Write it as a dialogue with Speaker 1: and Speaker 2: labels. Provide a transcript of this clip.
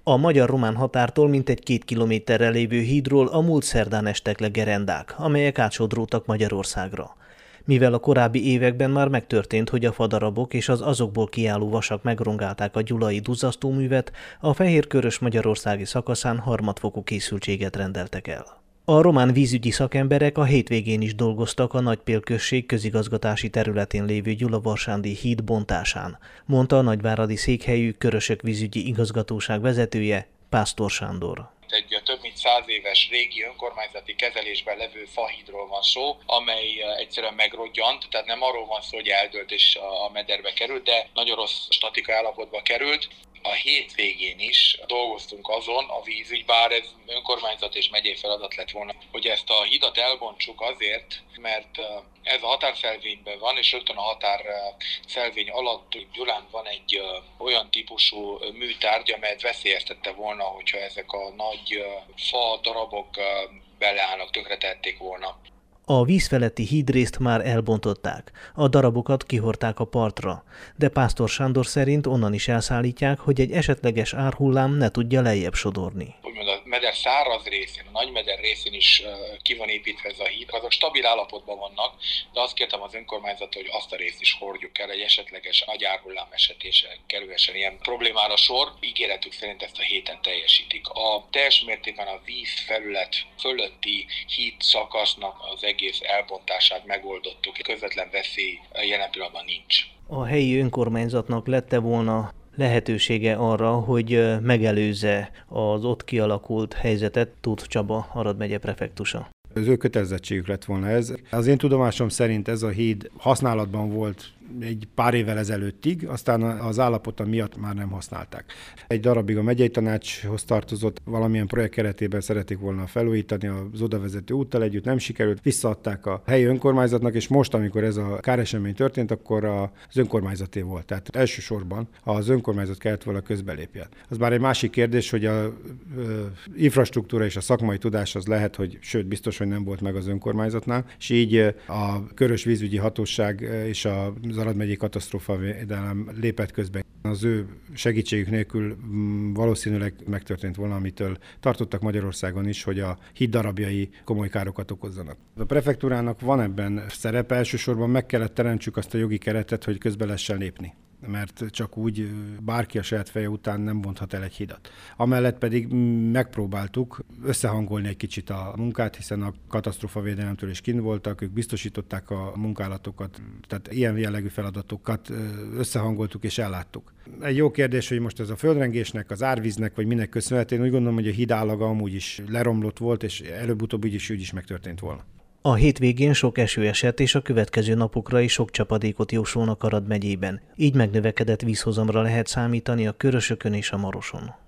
Speaker 1: A magyar-román határtól mintegy 2 kilométerre lévő hídról a múlt szerdán estek le gerendák, amelyek átsodródtak Magyarországra. Mivel a korábbi években már megtörtént, hogy a fadarabok és az azokból kiálló vasak megrongálták a gyulai duzzasztóművet, a Fehérkörös magyarországi szakaszán harmadfokú készültséget rendeltek el. A román vízügyi szakemberek a hétvégén is dolgoztak a Nagypél község közigazgatási területén lévő Gyula-Varsándi híd bontásán, mondta a nagyváradi székhelyű Körösök vízügyi igazgatóság vezetője, Pásztor Sándor.
Speaker 2: Egy több mint 100 éves régi önkormányzati kezelésben levő fahídról van szó, amely egyszerűen megrodjant, tehát nem arról van szó, hogy eldőlt és a mederbe került, de nagyon rossz statikai állapotba került. A hétvégén is dolgoztunk azon a vízügy, bár ez önkormányzat és megyei feladat lett volna, hogy ezt a hidat elbontsuk azért, mert ez a határszelvényben van, és rögtön a határszelvény alatt Gyulán van egy olyan típusú műtárgy, amelyet veszélyeztette volna, hogyha ezek a nagy fa darabok beleállnak, tönkretették volna.
Speaker 1: A vízfeletti hídrészt már elbontották, a darabokat kihordták a partra, de Pásztor Sándor szerint onnan is elszállítják, hogy egy esetleges árhullám ne tudja lejjebb sodorni.
Speaker 2: Úgymond a meder száraz részén, a Nagymeder részén is ki van építve ez a híd, azok stabil állapotban vannak, de azt kértem az önkormányzattól, hogy azt a részt is hordjuk el, egy esetleges nagy árhullám esetén kerülhessen ilyen problémára sor. Ígéretük szerint ezt a héten teljesítik. A teljes mértékben a vízfelület fölötti híd szakasznak az egész elbontását megoldottuk. Közvetlen veszély jelen pillanatban nincs.
Speaker 1: A helyi önkormányzatnak lette volna lehetősége arra, hogy megelőzze az ott kialakult helyzetet, Tóth Csaba, Arad megye prefektusa.
Speaker 3: Az ő kötelezettségük lett volna ez. Az én tudomásom szerint ez a híd használatban volt egy pár évvel ezelőttig, aztán az állapota miatt már nem használták. Egy darabig a megyei tanácshoz tartozott, valamilyen projekt keretében szeretik volna felújítani az odavezető úttal együtt, nem sikerült, visszaadták a helyi önkormányzatnak, és most, amikor ez a káresemény történt, akkor az önkormányzaté volt. Tehát elsősorban az önkormányzat kellett volna közbelépjen. Az már egy másik kérdés, hogy a infrastruktúra és a szakmai tudás az lehet, hogy sőt, biztos, hogy nem volt meg az önkormányzatnál, és így a Körös vízügyi hatóság és az Arad megyei katasztrófavédelem lépett közbe. Az ő segítségük nélkül valószínűleg megtörtént volna, amitől tartottak Magyarországon is, hogy a híd darabjai komoly károkat okozzanak. A prefektúrának van ebben szerepe, elsősorban meg kellett teremtsük azt a jogi keretet, hogy közbe lehessen lépni, mert csak úgy bárki a saját feje után nem bonthat el egy hidat. Amellett pedig megpróbáltuk összehangolni egy kicsit a munkát, hiszen a katasztrófavédelemtől is kint voltak, ők biztosították a munkálatokat, tehát ilyen jellegű feladatokat összehangoltuk és elláttuk. Egy jó kérdés, hogy most ez a földrengésnek, az árvíznek, vagy minek köszönhetően, úgy gondolom, hogy a híd állaga amúgy is leromlott volt, és előbb-utóbb úgy is megtörtént volna.
Speaker 1: A hétvégén sok eső esett, és a következő napokra is sok csapadékot jósolnak Arad megyében. Így megnövekedett vízhozamra lehet számítani a Körösökön és a Maroson.